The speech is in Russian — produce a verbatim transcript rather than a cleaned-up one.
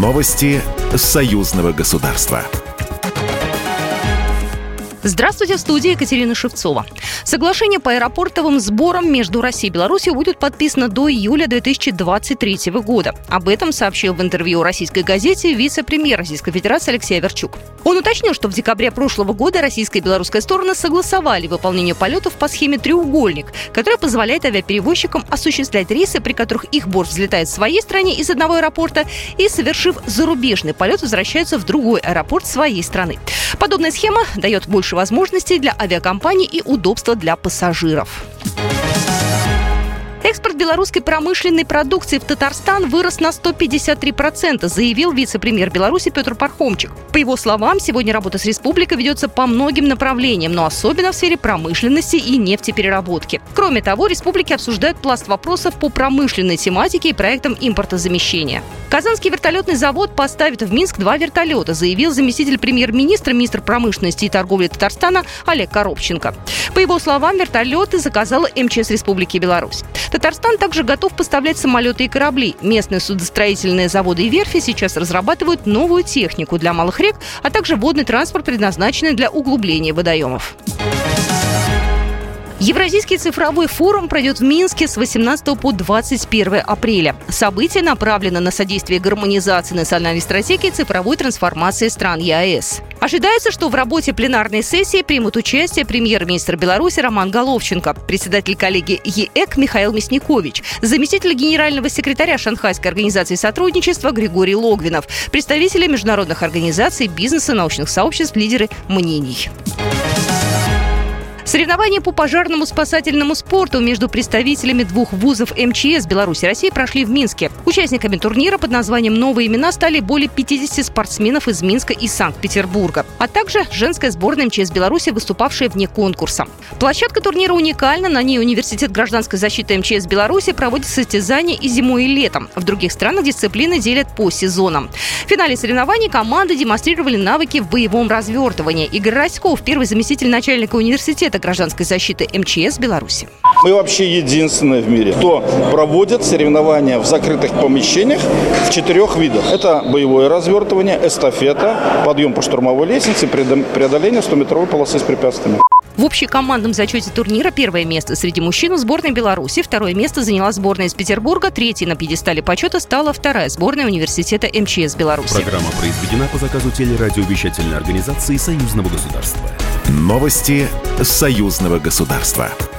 Новости союзного государства. Здравствуйте, в студии Екатерина Шевцова. Соглашение по аэропортовым сборам между Россией и Беларусью будет подписано до июля две тысячи двадцать третьего года. Об этом сообщил в интервью российской газете вице-премьер Российской Федерации Алексей Аверчук. Он уточнил, что в декабре прошлого года российская и белорусская стороны согласовали выполнение полетов по схеме «Треугольник», которая позволяет авиаперевозчикам осуществлять рейсы, при которых их борт взлетает в своей стране из одного аэропорта и, совершив зарубежный полет, возвращаются в другой аэропорт своей страны. Подобная схема дает больше возможностей для авиакомпаний и удобства для пассажиров. Экспорт белорусской промышленной продукции в Татарстан вырос на сто пятьдесят три процента, заявил вице-премьер Беларуси Петр Пархомчик. По его словам, сегодня работа с республикой ведется по многим направлениям, но особенно в сфере промышленности и нефтепереработки. Кроме того, республики обсуждают пласт вопросов по промышленной тематике и проектам импортозамещения. Казанский вертолетный завод поставит в Минск два вертолета, заявил заместитель премьер-министра, министр промышленности и торговли Татарстана Олег Коробченко. По его словам, вертолеты заказала эм че эс Республики Беларусь. Татарстан также готов поставлять самолеты и корабли. Местные судостроительные заводы и верфи сейчас разрабатывают новую технику для малых рек, а также водный транспорт, предназначенный для углубления водоемов. Евразийский цифровой форум пройдет в Минске с восемнадцатого по двадцать первое апреля. Событие направлено на содействие гармонизации национальной стратегии цифровой трансформации стран е а эс. Ожидается, что в работе пленарной сессии примут участие премьер-министр Беларуси Роман Головченко, председатель коллегии е э ка Михаил Мясникович, заместитель генерального секретаря Шанхайской организации сотрудничества Григорий Логвинов, представители международных организаций, бизнеса, научных сообществ, лидеры мнений. Соревнования по пожарному спасательному спорту между представителями двух вузов эм че эс Беларуси и России прошли в Минске. Участниками турнира под названием «Новые имена» стали более пятидесяти спортсменов из Минска и Санкт-Петербурга, а также женская сборная эм че эс Беларуси, выступавшая вне конкурса. Площадка турнира уникальна. На ней Университет гражданской защиты эм че эс Беларуси проводит состязания и зимой, и летом. В других странах дисциплины делят по сезонам. В финале соревнований команды демонстрировали навыки в боевом развертывании. Игорь Раськов, первый заместитель начальника университета гражданской защиты эм че эс Беларуси. Мы вообще единственные в мире, кто проводит соревнования в закрытых помещениях в четырех видах. Это боевое развертывание, эстафета, подъем по штурмовой лестнице, преодоление стометровой полосы с препятствиями. В общекомандном зачете турнира первое место среди мужчин у сборной Беларуси, второе место заняла сборная из Петербурга, третьей на пьедестале почета стала вторая сборная университета эм че эс Беларуси. Программа произведена по заказу телерадиовещательной организации Союзного государства. Новости союзного государства.